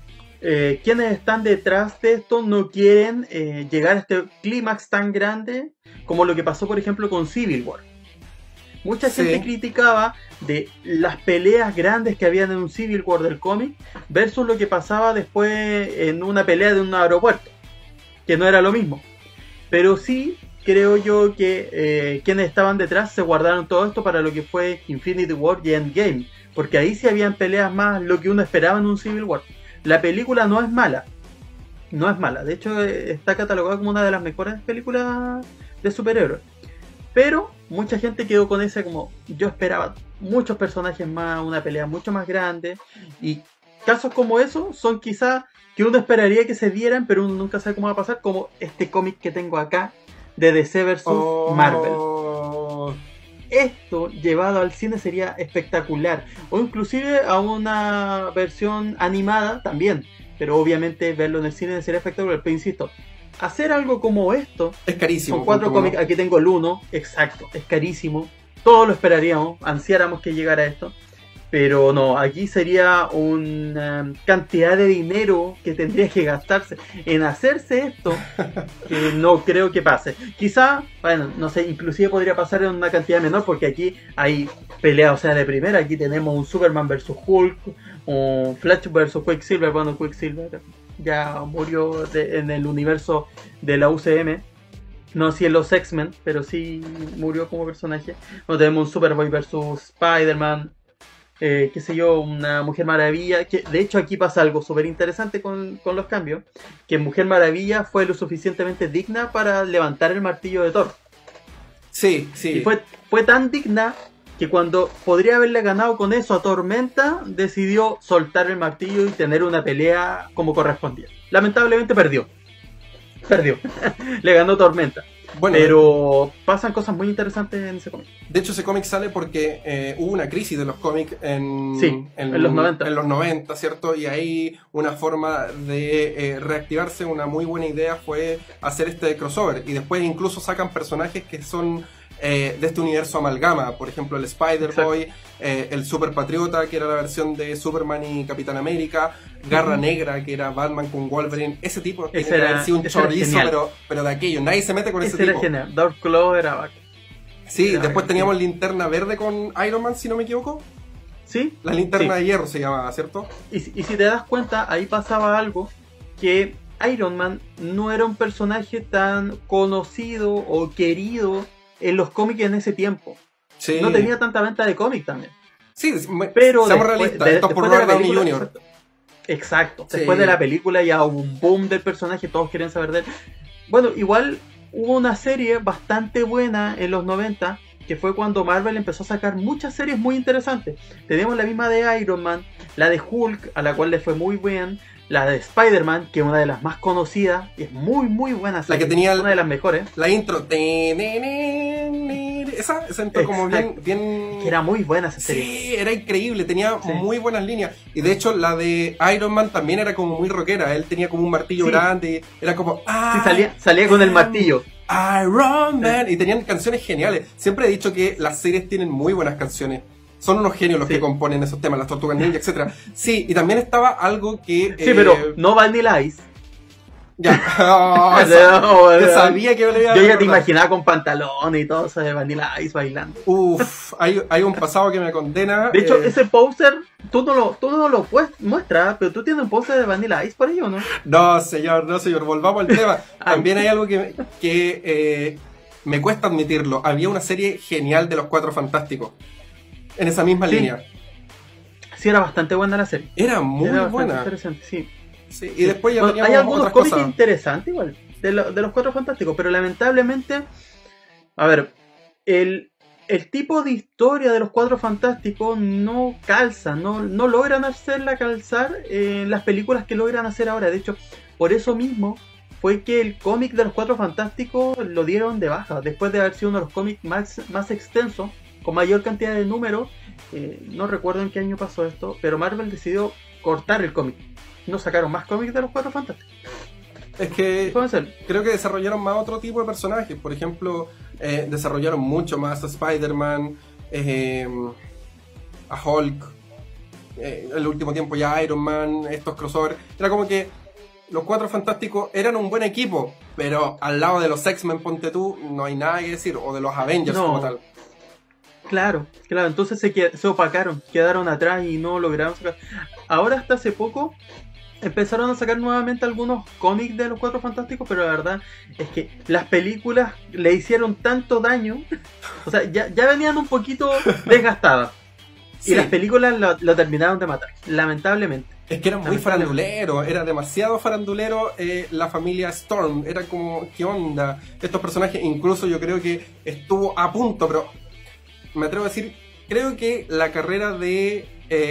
eh, quienes están detrás de esto no quieren eh, llegar a este clímax tan grande como lo que pasó, por ejemplo, con Civil War. Mucha sí. gente criticaba de las peleas grandes que habían en un Civil War del cómic versus lo que pasaba después en una pelea de un aeropuerto, que no era lo mismo. Pero sí creo yo que eh, quienes estaban detrás se guardaron todo esto para lo que fue Infinity War y Endgame, porque ahí sí habían peleas más lo que uno esperaba en un Civil War. La película no es mala, no es mala, de hecho está catalogada como una de las mejores películas de superhéroes. Pero mucha gente quedó con ese como, yo esperaba muchos personajes más, una pelea mucho más grande. Y casos como esos son quizás que uno esperaría que se dieran, pero uno nunca sabe cómo va a pasar, como este cómic que tengo acá de D C versus oh. Marvel. Esto llevado al cine sería espectacular. O inclusive a una versión animada también. Pero obviamente verlo en el cine sería espectacular. Pero insisto, hacer algo como esto es carísimo. Con cuatro cómics, ¿no? Aquí tengo el uno, exacto, es carísimo. Todos lo esperaríamos, ansiáramos que llegara esto. Pero no, aquí sería una cantidad de dinero que tendría que gastarse en hacerse esto, que no creo que pase. Quizá, bueno, no sé, inclusive podría pasar en una cantidad menor, porque aquí hay peleas, o sea, de primera. Aquí tenemos un Superman versus Hulk, un Flash versus Quicksilver. Bueno, Quicksilver ya murió de, en el universo de la U C M. No si en los X-Men, pero sí murió como personaje. Bueno, tenemos un Superboy versus Spider-Man. Eh, qué sé yo, una Mujer Maravilla, que de hecho aquí pasa algo súper interesante con, con los cambios, que Mujer Maravilla fue lo suficientemente digna para levantar el martillo de Thor. Sí, sí. Y fue, fue tan digna que cuando podría haberle ganado con eso a Tormenta, decidió soltar el martillo y tener una pelea como correspondía. Lamentablemente perdió. Perdió. Le ganó Tormenta. Bueno, pero pasan cosas muy interesantes en ese cómic. De hecho, ese cómic sale porque eh, hubo una crisis de los cómics en, sí, en, en los noventa. En los noventa, ¿cierto? Y ahí una forma de eh, reactivarse, una muy buena idea fue hacer este crossover. Y después incluso sacan personajes que son eh, de este universo amalgama. Por ejemplo, el Spider-Boy, eh, el Super Patriota, que era la versión de Superman y Capitán América, Garra uh-huh. Negra, que era Batman con Wolverine. Ese tipo ese era, sí, un chorizo, pero, pero de aquello. Nadie se mete con ese, ese tipo. Era genial. Dark Claw era bacán. Sí, era después bacán, teníamos sí. Linterna Verde con Iron Man, si no me equivoco. Sí. La Linterna sí. de Hierro se llamaba, ¿cierto? Y, y si te das cuenta, ahí pasaba algo, que Iron Man no era un personaje tan conocido o querido en los cómics en ese tiempo. Sí. No tenía tanta venta de cómics también. Sí, pero seamos después, realistas, de, esto es por Robert Downey junior Exacto. Sí. Después de la película ya hubo un boom del personaje, todos querían saber de él. Bueno, igual hubo una serie bastante buena en los noventa, que fue cuando Marvel empezó a sacar muchas series muy interesantes. Tenemos la misma de Iron Man, la de Hulk, a la cual le fue muy bien, la de Spider-Man, que es una de las más conocidas, y es muy muy buena serie, la que tenía una de las mejores. La intro, esa, esa intro como bien, bien... Que era muy buena esa serie. Sí, era increíble, tenía sí. muy buenas líneas. Y de hecho la de Iron Man también era como muy rockera, él tenía como un martillo sí. grande, era como... Sí, salía, salía con el martillo. Iron Man, y tenían canciones geniales. Siempre he dicho que las series tienen muy buenas canciones. Son unos genios los sí. que componen esos temas, las Tortugas Ninja, etcétera. Sí, y también estaba algo que... Sí, eh... pero no Vanilla Ice. Ya, oh, no, yo sabía que me lo iba a Yo ya te imaginaba con pantalones y todo eso de Vanilla Ice bailando. Uf, hay, hay un pasado que me condena. De hecho, eh... ese poster, tú no lo, tú no lo muestras, pero tú tienes un poster de Vanilla Ice por ello, ¿no? No, señor, no, señor, volvamos al tema. También hay algo que, que eh, me cuesta admitirlo. Había una serie genial de los Cuatro Fantásticos. En esa misma sí. línea. Sí, era bastante buena la serie. Era muy era buena. Interesante, sí. Sí, y sí. después ya bueno, teníamos hay algunos otras cómics cosas interesantes igual de, lo, de los Cuatro Fantásticos, pero lamentablemente, a ver, el, el tipo de historia de los Cuatro Fantásticos no calza, no, no logran hacerla calzar en las películas que logran hacer ahora. De hecho, por eso mismo fue que el cómic de los Cuatro Fantásticos lo dieron de baja, después de haber sido uno de los cómics más, más extensos, con mayor cantidad de números. Eh, no recuerdo en qué año pasó esto, pero Marvel decidió cortar el cómic. No sacaron más cómics de los Cuatro Fantásticos. Es que creo que desarrollaron más otro tipo de personajes. Por ejemplo, eh, desarrollaron mucho más a Spider-Man, eh, a Hulk, eh, en el último tiempo ya Iron Man, estos crossovers. Era como que los Cuatro Fantásticos eran un buen equipo, pero al lado de los X-Men, ponte tú, no hay nada que decir, o de los Avengers no. como tal. Claro, claro, entonces se, qued- se opacaron, quedaron atrás y no lograron sacar. Ahora hasta hace poco empezaron a sacar nuevamente algunos cómics de los Cuatro Fantásticos, pero la verdad es que las películas le hicieron tanto daño, o sea, ya, ya venían un poquito desgastadas. Sí. Y las películas lo, lo terminaron de matar, lamentablemente. Es que era muy farandulero, era demasiado farandulero eh, la familia Storm, era como, ¿qué onda? Estos personajes, incluso yo creo que estuvo a punto, pero me atrevo a decir, creo que la carrera de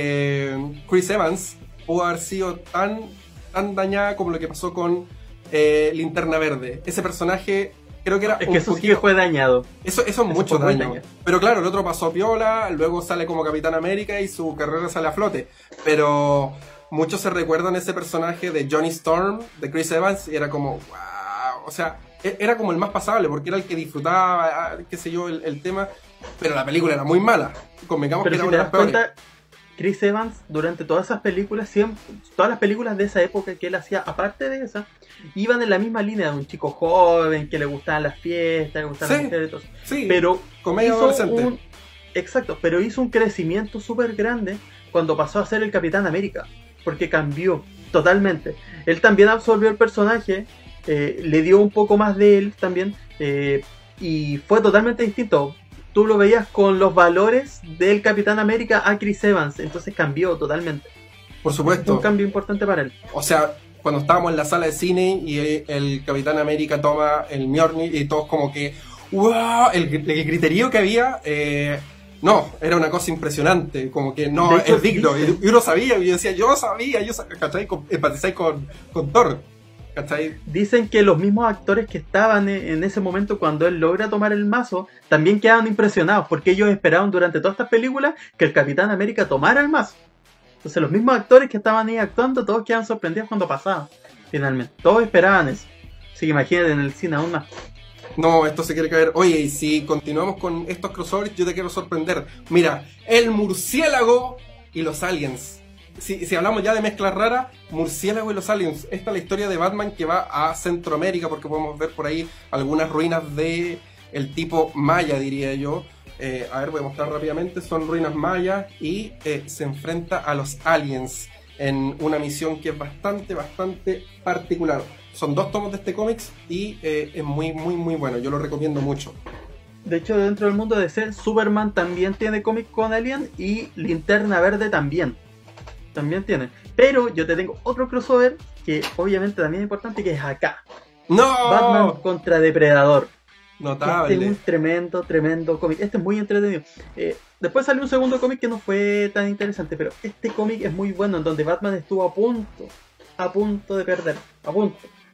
eh, Chris Evans pudo haber sido tan, tan dañada como lo que pasó con eh, Linterna Verde. Ese personaje creo que era es que eso poquito... sí fue dañado. Eso, eso es mucho daño. Pero claro, el otro pasó piola, luego sale como Capitán América y su carrera sale a flote. Pero muchos se recuerdan ese personaje de Johnny Storm, de Chris Evans, y era como, wow, o sea, era como el más pasable, porque era el que disfrutaba, qué sé yo, el, el tema, pero la película era muy mala. Convengamos pero que si era una de las peores. Cuenta, Chris Evans, durante todas esas películas, siempre, todas las películas de esa época que él hacía, aparte de esa, iban en la misma línea de un chico joven, que le gustaban las fiestas, le gustaban sí, las mujeres y todo eso. Sí, pero comedia adolescente. Un, exacto, pero hizo un crecimiento súper grande cuando pasó a ser el Capitán América, porque cambió totalmente. Él también absorbió el personaje, eh, le dio un poco más de él también, eh, y fue totalmente distinto. Tú lo veías con los valores del Capitán América a Chris Evans, entonces cambió totalmente. Por supuesto. Fue un cambio importante para él. O sea, cuando estábamos en la sala de cine y el Capitán América toma el Mjolnir y todos como que ¡wow! El, el griterío que había, eh, no, era una cosa impresionante, como que no, hecho, es digno. Y uno sabía, y yo decía, yo sabía, yo sabía, ¿cachai? Empatizáis con, con Thor. ¿Cachai? Dicen que los mismos actores que estaban en ese momento cuando él logra tomar el mazo también quedaron impresionados porque ellos esperaban durante todas estas películas que el Capitán América tomara el mazo. Entonces los mismos actores que estaban ahí actuando todos quedaban sorprendidos cuando pasaba finalmente, todos esperaban eso. Así que imagínate en el cine aún más. No, esto se quiere caer. Oye, y si continuamos con estos crossovers, yo te quiero sorprender. Mira, el murciélago y los aliens. Si, si hablamos ya de mezclas raras, murciélago y los aliens. Esta es la historia de Batman que va a Centroamérica, porque podemos ver por ahí algunas ruinas de el tipo maya, diría yo. Eh, a ver, voy a mostrar rápidamente. Son ruinas mayas y eh, se enfrenta a los aliens en una misión que es bastante, bastante particular. Son dos tomos de este cómics y eh, es muy, muy, muy bueno. Yo lo recomiendo mucho. De hecho, dentro del mundo de D C, Superman también tiene cómics con Alien y Linterna Verde también. También tiene. Pero yo te tengo otro crossover que obviamente también es importante, que es acá. ¡No! Batman contra Depredador. Notable. Este es un tremendo, tremendo cómic. Este es muy entretenido. Eh, después salió un segundo cómic que no fue tan interesante, pero este cómic es muy bueno, en donde Batman estuvo a punto, a punto de perder. A punto.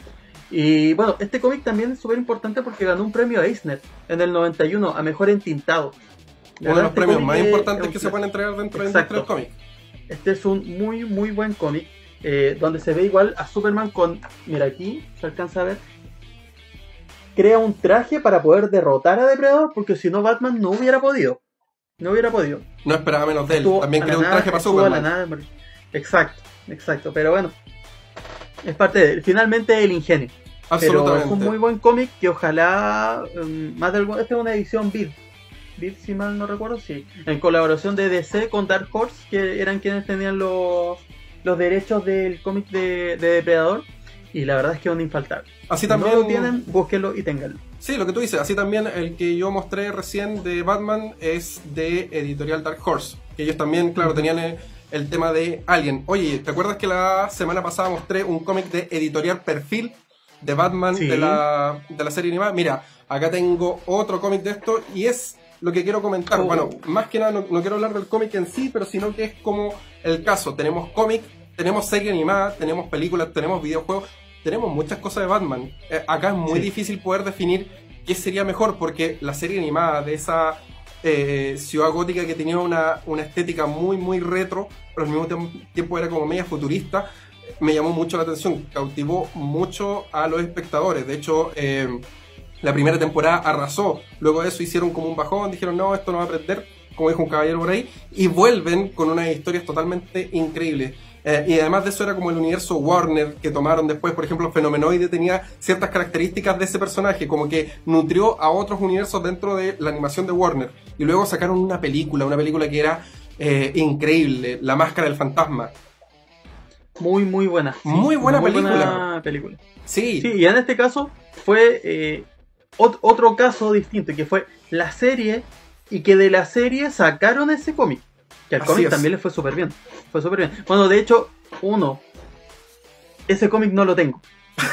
Y bueno, este cómic también es súper importante porque ganó un premio Eisner en el noventa y uno a mejor entintado. Uno de los este premios más importantes que se pueden entregar dentro de la industria del cómic. Este es un muy muy buen cómic, eh, donde se ve igual a Superman con, mira aquí, se alcanza a ver, crea un traje para poder derrotar a Depredador, porque si no Batman no hubiera podido. No hubiera podido. No esperaba menos de él. Estuvo También creó un traje para Superman. Nada, exacto, exacto. Pero bueno, es parte de él. Finalmente el ingenio. Absolutamente. Pero es un muy buen cómic que ojalá um, más de algún... Esta es una edición Vid. Vid, si mal no recuerdo, sí. En colaboración de D C con Dark Horse, que eran quienes tenían los, los derechos del cómic de, de Depredador. Y la verdad es que es un infaltable. Así también... No lo tienen, búsquenlo y ténganlo. Sí, lo que tú dices. Así también el que yo mostré recién de Batman es de Editorial Dark Horse. Que ellos también, claro, tenían el, el tema de Alien. Oye, ¿te acuerdas que la semana pasada mostré un cómic de Editorial Perfil de Batman, sí, de, la, de la serie animada? Mira, acá tengo otro cómic de esto y es lo que quiero comentar. Oh. Bueno, más que nada no, no quiero hablar del cómic en sí, pero sino que es como el caso. Tenemos cómic, tenemos serie animada, tenemos películas, tenemos videojuegos, tenemos muchas cosas de Batman. Eh, acá es muy sí. difícil poder definir qué sería mejor, porque la serie animada de esa eh, ciudad gótica que tenía una, una estética muy muy retro, pero al mismo tiempo era como media futurista, me llamó mucho la atención, cautivó mucho a los espectadores. De hecho, eh, la primera temporada arrasó. Luego de eso hicieron como un bajón, dijeron no, esto no va a aprender, como dijo un caballero por ahí, y vuelven con unas historias totalmente increíbles. Eh, y además de eso era como el universo Warner que tomaron después. Por ejemplo, Fenomenoide tenía ciertas características de ese personaje, como que nutrió a otros universos dentro de la animación de Warner. Y luego sacaron una película, una película que era eh, increíble, La Máscara del Fantasma. Muy, muy buena. Sí, muy buena muy película. Buena película. Sí. Sí, y en este caso fue eh, ot- otro caso distinto, que fue la serie, y que de la serie sacaron ese cómic. Que al cómic también le fue súper bien. Fue súper bien. Bueno, de hecho, uno, ese cómic no lo tengo.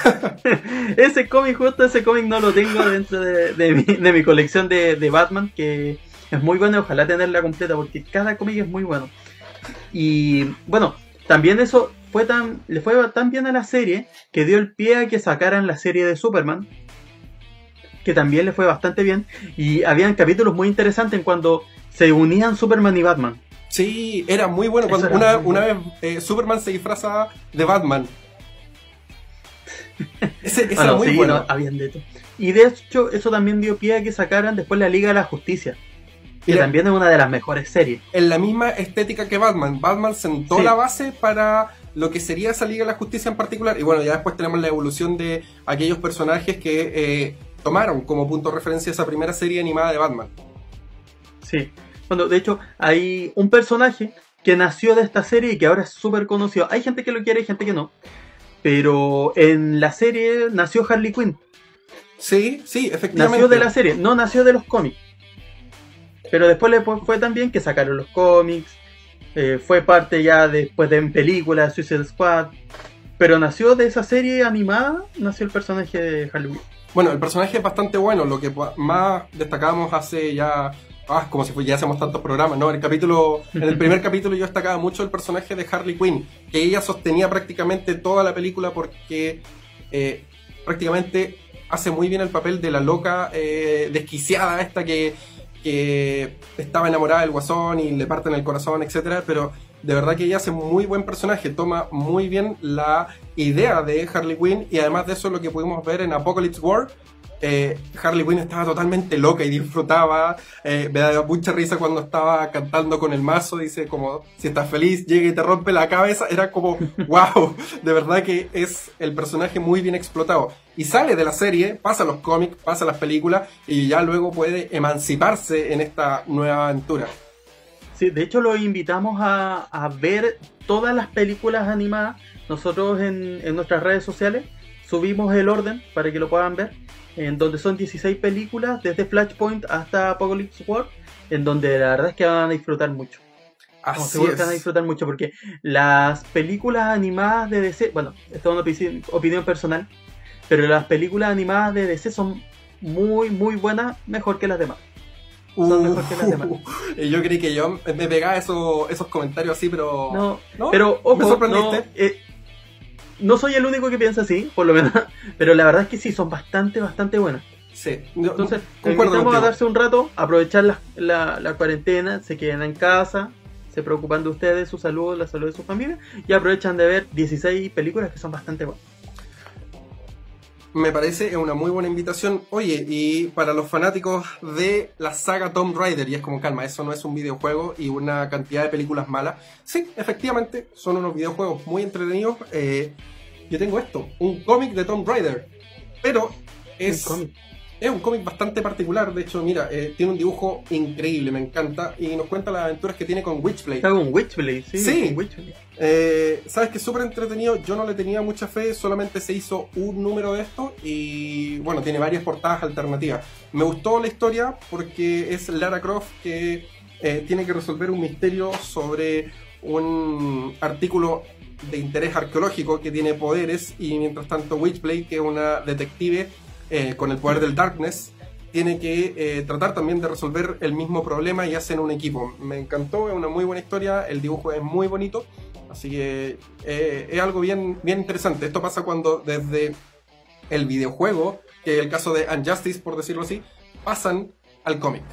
ese cómic, justo ese cómic no lo tengo dentro de, de, mi, de mi colección de, de Batman, que es muy bueno, ojalá tenerla completa, porque cada cómic es muy bueno. Y bueno, también eso fue tan, le fue tan bien a la serie, que dio el pie a que sacaran la serie de Superman, que también le fue bastante bien. Y habían capítulos muy interesantes en cuando se unían Superman y Batman. Sí, era muy bueno. Cuando una, muy una bueno. vez eh, Superman se disfraza de Batman. Ese, ese ah, era no, muy sí, bueno. No, habían de todo. Y de hecho, eso también dio pie a que sacaran después la Liga de la Justicia. Que Mira, también es una de las mejores series. En la misma estética que Batman. Batman sentó sí. la base para lo que sería esa Liga de la Justicia en particular. Y bueno, ya después tenemos la evolución de aquellos personajes que eh, tomaron como punto de referencia esa primera serie animada de Batman. Sí. Bueno, de hecho, hay un personaje que nació de esta serie y que ahora es súper conocido. Hay gente que lo quiere y gente que no. Pero en la serie nació Harley Quinn. Sí, sí, efectivamente. Nació de la serie, no nació de los cómics. Pero después le fue tan bien que sacaron los cómics. Eh, fue parte ya después de en películas, Suicide Squad. Pero nació de esa serie animada, nació el personaje de Harley Quinn. Bueno, el personaje es bastante bueno. Lo que más destacábamos hace ya... Ah, como si fue, ya hacemos tantos programas, ¿no? El capítulo, en el primer capítulo yo destacaba mucho el personaje de Harley Quinn, que ella sostenía prácticamente toda la película porque eh, prácticamente hace muy bien el papel de la loca eh, desquiciada esta que, que estaba enamorada del Guasón y le parten el corazón, etcétera, pero de verdad que ella hace muy buen personaje, toma muy bien la idea de Harley Quinn y además de eso lo que pudimos ver en Apocalypse War. Eh, Harley Quinn estaba totalmente loca y disfrutaba, eh, me daba mucha risa cuando estaba cantando con el mazo, dice como, si estás feliz, llega y te rompe la cabeza, era como, wow, de verdad que es el personaje muy bien explotado, y sale de la serie, pasa a los cómics, pasa a las películas, y ya luego puede emanciparse en esta nueva aventura. Sí, de hecho lo invitamos a, a ver todas las películas animadas, nosotros en, en nuestras redes sociales subimos el orden para que lo puedan ver, en donde son dieciséis películas, desde Flashpoint hasta Apocalypse War, en donde la verdad es que van a disfrutar mucho. Así seguro es. Que van a disfrutar mucho, porque las películas animadas de D C, bueno, esto es una opinión personal, pero las películas animadas de D C son muy, muy buenas, mejor que las demás. Son uh, mejor que las demás. Uh, yo creí que yo me pegaba esos, esos comentarios así, pero... No, ¿no? Pero ojo, me sorprendiste. No, eh, No soy el único que piensa así, por lo menos, pero la verdad es que sí, son bastante, bastante buenas. Sí. Entonces, invitamos a darse un rato, aprovechar la, la, la cuarentena, se quedan en casa, se preocupan de ustedes, su salud, la salud de su familia, y aprovechan de ver dieciséis películas que son bastante buenas. Me parece una muy buena invitación. Oye, y para los fanáticos de la saga Tomb Raider, y es como, calma, eso no es un videojuego y una cantidad de películas malas. Sí, efectivamente, son unos videojuegos muy entretenidos. Eh, yo tengo esto, un cómic de Tomb Raider, pero es... ¿Un cómic? Es un cómic bastante particular, de hecho, mira, eh, tiene un dibujo increíble, me encanta, y nos cuenta las aventuras que tiene con Witchblade. Está con Witchblade, sí. Sí, con Witchblade. Eh, sabes que es súper entretenido, yo no le tenía mucha fe, solamente se hizo un número de esto, y bueno, tiene varias portadas alternativas. Me gustó la historia porque es Lara Croft que eh, tiene que resolver un misterio sobre un artículo de interés arqueológico que tiene poderes, y mientras tanto Witchblade, que es una detective Eh, con el poder del Darkness, tiene que eh, tratar también de resolver el mismo problema y hacen un equipo. Me encantó, es una muy buena historia, el dibujo es muy bonito, así que eh, es algo bien, bien interesante. Esto pasa cuando desde el videojuego, que es el caso de Unjustice, por decirlo así, pasan al cómic.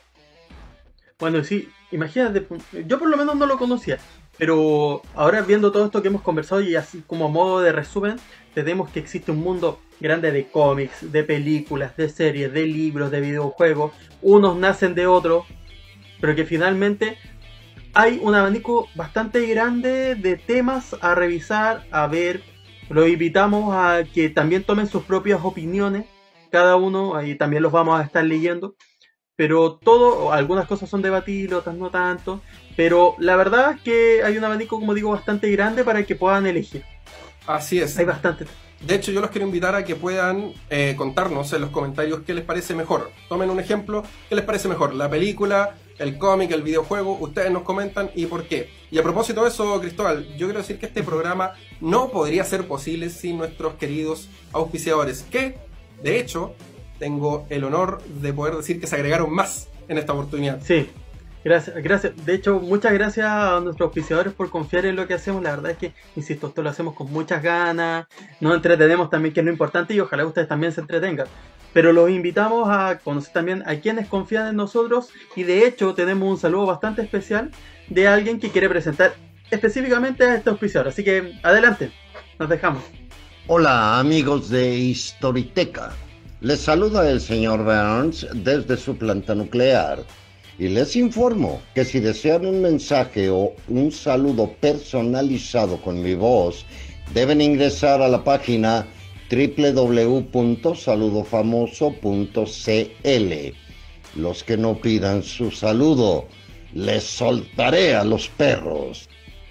Bueno, sí, imagínate, yo por lo menos no lo conocía, pero ahora viendo todo esto que hemos conversado y así como a modo de resumen, tenemos que existe un mundo grande de cómics, de películas, de series, de libros, de videojuegos. Unos nacen de otros, pero que finalmente hay un abanico bastante grande de temas a revisar, a ver. Los invitamos a que también tomen sus propias opiniones, cada uno, ahí también los vamos a estar leyendo. Pero todo, algunas cosas son debatibles, otras no tanto. Pero la verdad es que hay un abanico, como digo, bastante grande para que puedan elegir. Así es. Hay bastante. De hecho, yo los quiero invitar a que puedan eh, contarnos en los comentarios qué les parece mejor. Tomen un ejemplo, qué les parece mejor, la película, el cómic, el videojuego. Ustedes nos comentan y por qué. Y a propósito de eso, Cristóbal, yo quiero decir que este programa no podría ser posible sin nuestros queridos auspiciadores, que, de hecho, tengo el honor de poder decir que se agregaron más en esta oportunidad. Sí. Gracias, gracias. De hecho, muchas gracias a nuestros auspiciadores por confiar en lo que hacemos. La verdad es que, insisto, esto lo hacemos con muchas ganas. Nos entretenemos también, que es lo importante, y ojalá ustedes también se entretengan. Pero los invitamos a conocer también a quienes confían en nosotros. Y de hecho, tenemos un saludo bastante especial de alguien que quiere presentar específicamente a este auspiciador. Así que, adelante, nos dejamos. Hola, amigos de Historiteca. Les saluda el señor Burns desde su planta nuclear. Y les informo que si desean un mensaje o un saludo personalizado con mi voz, deben ingresar a la página doble u doble u doble u punto saludo famoso punto c l. Los que no pidan su saludo, les soltaré a los perros.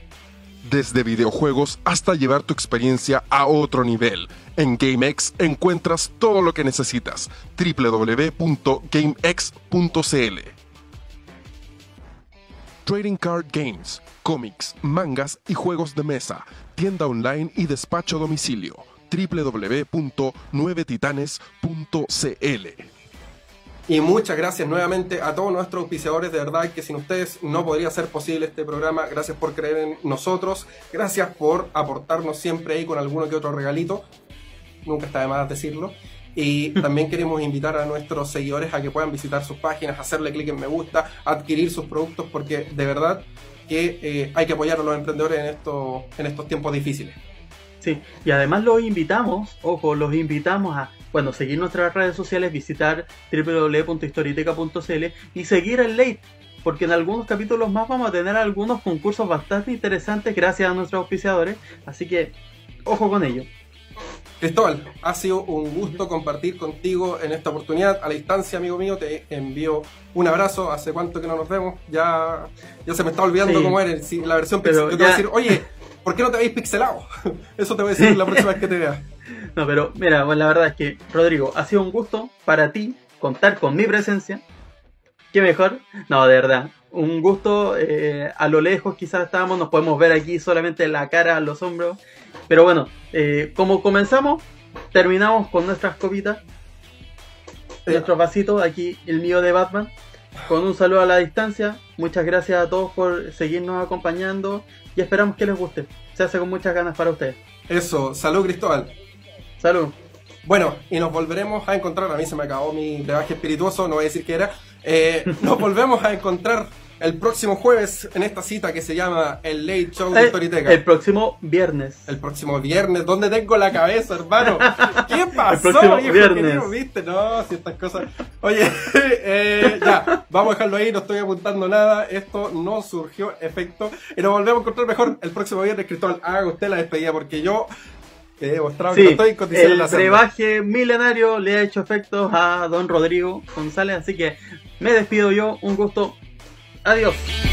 Desde videojuegos hasta llevar tu experiencia a otro nivel. En GameX encuentras todo lo que necesitas. doble u doble u doble u punto gamex punto c l. Trading Card Games, cómics, mangas y juegos de mesa, tienda online y despacho a domicilio, doble u doble u doble u punto nueve titanes punto c l. Y muchas gracias nuevamente a todos nuestros auspiciadores, de verdad que sin ustedes no podría ser posible este programa. Gracias por creer en nosotros, gracias por aportarnos siempre ahí con alguno que otro regalito, nunca está de más decirlo. Y también queremos invitar a nuestros seguidores a que puedan visitar sus páginas, hacerle clic en me gusta, adquirir sus productos, porque de verdad que eh, hay que apoyar a los emprendedores en, esto, en estos tiempos difíciles. Sí, y además los invitamos, ojo, los invitamos a, bueno, seguir nuestras redes sociales, visitar doble u doble u doble u punto historiteca punto c l y seguir el Late, porque en algunos capítulos más vamos a tener algunos concursos bastante interesantes gracias a nuestros auspiciadores, así que ojo con ello. Cristóbal, ha sido un gusto compartir contigo en esta oportunidad. A la distancia, amigo mío, te envío un abrazo. Hace cuánto que no nos vemos. Ya, ya se me está olvidando sí. cómo eres. Si la versión pixel. Yo te voy a decir, oye, ¿por qué no te habéis pixelado? Eso te voy a decir la próxima vez que te vea. No, pero mira, bueno, la verdad es que, Rodrigo, ha sido un gusto para ti contar con mi presencia. ¿Qué mejor? No, de verdad. Un gusto. Eh, a lo lejos quizás estábamos, nos podemos ver aquí solamente la cara, los hombros. Pero bueno, eh, como comenzamos, terminamos con nuestras copitas, eh. nuestros vasitos, aquí el mío de Batman, con un saludo a la distancia. Muchas gracias a todos por seguirnos acompañando y esperamos que les guste. Se hace con muchas ganas para ustedes. Eso, salud Cristóbal. Salud. Bueno, y nos volveremos a encontrar, a mí se me acabó mi brebaje espirituoso, no voy a decir qué era, eh, nos volvemos a encontrar el próximo jueves en esta cita que se llama el Late Show de el, Storyteca. El próximo viernes. El próximo viernes. ¿Dónde tengo la cabeza, hermano? ¿Qué pasó? El próximo hijo viernes. querido? ¿Viste? No, si estas cosas... Oye, eh, ya, vamos a dejarlo ahí, no estoy apuntando nada. Esto no surgió efecto. Y nos volvemos a encontrar mejor el próximo viernes. Cristóbal, haga usted la despedida porque yo... He demostrado sí, que no estoy en condiciones de el brebaje milenario le ha hecho efectos a don Rodrigo González, así que me despido yo, un gusto, adiós.